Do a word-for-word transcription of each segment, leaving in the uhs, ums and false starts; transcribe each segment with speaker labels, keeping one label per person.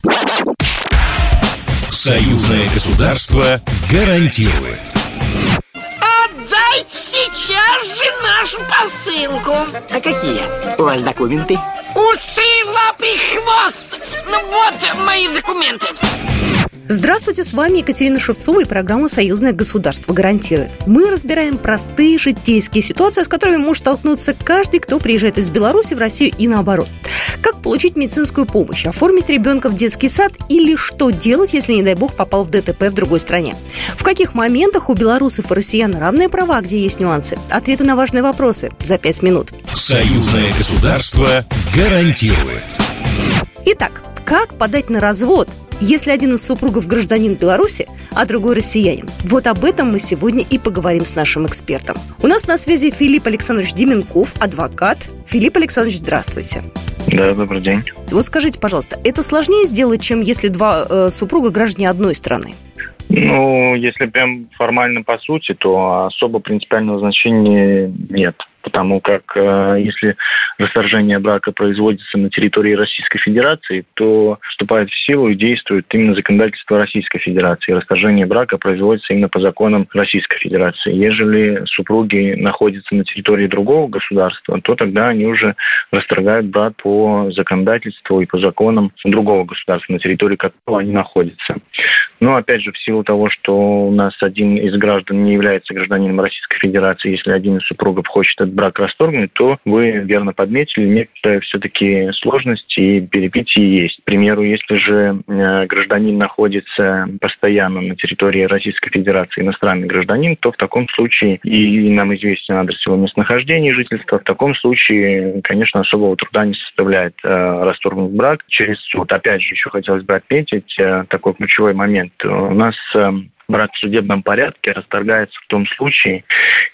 Speaker 1: Союзное государство гарантирует.
Speaker 2: Отдайте сейчас же нашу посылку.
Speaker 3: А какие у вас документы?
Speaker 2: Усы, лапы, хвост. Ну вот мои документы.
Speaker 4: Здравствуйте, с вами Екатерина Шевцова и программа «Союзное государство гарантирует». Мы разбираем простые житейские ситуации, с которыми может столкнуться каждый, кто приезжает из Беларуси в Россию и наоборот. Как получить медицинскую помощь, оформить ребенка в детский сад или что делать, если, не дай бог, попал в ДТП в другой стране. В каких моментах у белорусов и россиян равные права, где есть нюансы. Ответы на важные вопросы за пять минут.
Speaker 1: Союзное государство гарантирует.
Speaker 4: Итак, как подать на развод, если один из супругов гражданин Беларуси, а другой россиянин? Вот об этом мы сегодня и поговорим с нашим экспертом. У нас на связи Филипп Александрович Деменков, адвокат. Филипп Александрович, здравствуйте.
Speaker 5: Да, добрый день.
Speaker 4: Вот скажите, пожалуйста, это сложнее сделать, чем если два э, супруга граждане одной страны?
Speaker 5: Ну, если прям формально по сути, то особо принципиального значения нет. Потому как э, если расторжение брака производится на территории Российской Федерации, то вступает в силу и действует именно законодательство Российской Федерации. Расторжение брака производится именно по законам Российской Федерации. Ежели супруги находятся на территории другого государства, то тогда они уже расторгают брак по законодательству и по законам другого государства, на территории которого они находятся. Но опять же, в силу того, что у нас один из граждан не является гражданином Российской Федерации, если один из супругов хочет этот брак расторгнуть, то вы верно подметили, некоторые все-таки сложности и перипетии есть. К примеру, если же гражданин находится постоянно на территории Российской Федерации, иностранный гражданин, то в таком случае, и нам известен адрес его местонахождения жительства, в таком случае, конечно, особого труда не составляет э, расторгнуть брак через суд. Опять же, еще хотелось бы отметить э, такой ключевой момент. У нас э, брак в судебном порядке расторгается в том случае,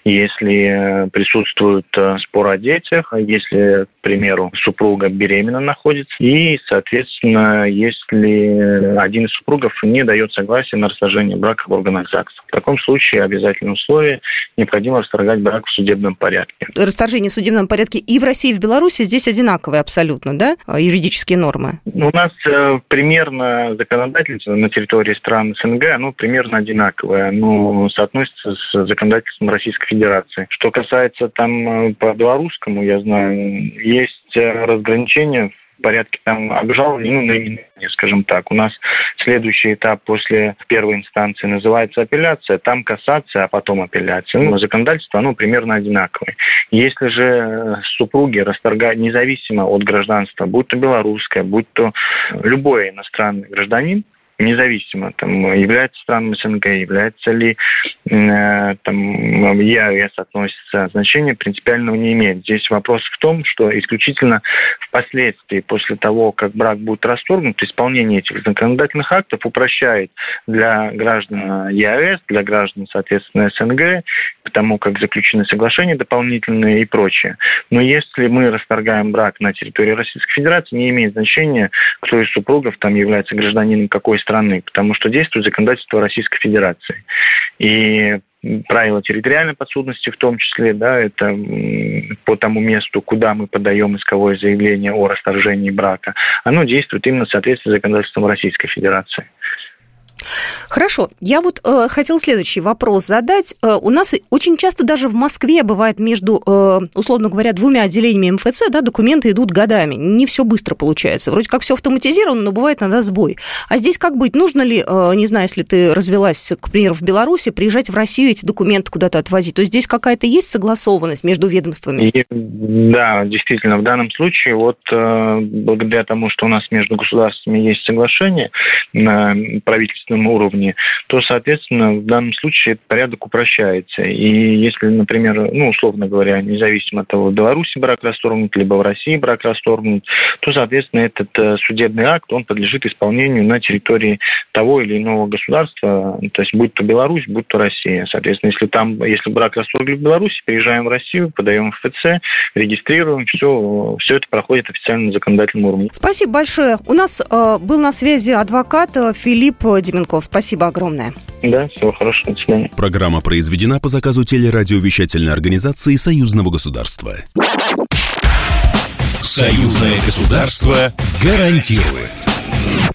Speaker 5: если присутствует спор о детях, если, к примеру, супруга беременна находится, и, соответственно, если один из супругов не дает согласия на расторжение брака в органах ЗАГСа. В таком случае обязательное условие необходимо расторгать брак в судебном порядке.
Speaker 4: Расторжение в судебном порядке и в России, и в Беларуси здесь одинаковые абсолютно, да, юридические нормы?
Speaker 5: У нас э, примерно законодательство на территории стран СНГ, ну, примерно одинаковое, но соотносится с законодательством Российской Федерации. Что касается там по белорусскому, я знаю, есть разграничения в порядке там обжалования, ну, наименования, скажем так. У нас следующий этап после первой инстанции называется апелляция, там кассация, а потом апелляция. Ну, законодательство, оно примерно одинаковое. Если же супруги расторгают независимо от гражданства, будь то белорусское, будь то любой иностранный гражданин, независимо, там, является странами СНГ, является ли э, там, ЕАЭС относится, значения принципиального не имеет. Здесь вопрос в том, что исключительно впоследствии, после того, как брак будет расторгнут, исполнение этих законодательных актов упрощает для граждан ЕАЭС, для граждан, соответственно, СНГ, потому как заключены соглашения дополнительные и прочее. Но если мы расторгаем брак на территории Российской Федерации, не имеет значения, кто из супругов там является гражданином какой страны, потому что действует законодательство Российской Федерации. И правила территориальной подсудности в том числе, да, это по тому месту, куда мы подаем исковое заявление о расторжении брака, оно действует именно в соответствии с законодательством Российской Федерации.
Speaker 4: Хорошо. Я вот э, хотела следующий вопрос задать. Э, у нас очень часто даже в Москве бывает между, э, условно говоря, двумя отделениями МФЦ, да, документы идут годами. Не все быстро получается. Вроде как все автоматизировано, но бывает иногда сбой. А здесь как быть? Нужно ли, э, не знаю, если ты развелась, к примеру, в Беларуси, приезжать в Россию, эти документы куда-то отвозить? То есть здесь какая-то есть согласованность между ведомствами?
Speaker 5: И, да, действительно, в данном случае, вот э, благодаря тому, что у нас между государствами есть соглашение на правительственном уровне, то, соответственно, в данном случае этот порядок упрощается. И если, например, ну, условно говоря, независимо от того, в Беларуси брак расторгнут, либо в России брак расторгнут, то, соответственно, этот судебный акт, он подлежит исполнению на территории того или иного государства, то есть будь то Беларусь, будь то Россия. Соответственно, если там, если брак расторгли в Беларуси, приезжаем в Россию, подаем в ФЦ, регистрируем, все, все это проходит официально на законодательном уровне.
Speaker 4: Спасибо большое. У нас э, был на связи адвокат Филипп Деменков. Спасибо огромное.
Speaker 5: Да, всего хорошего, до свидания.
Speaker 1: Программа произведена по заказу телерадиовещательной организации Союзного государства. Союзное государство гарантирует.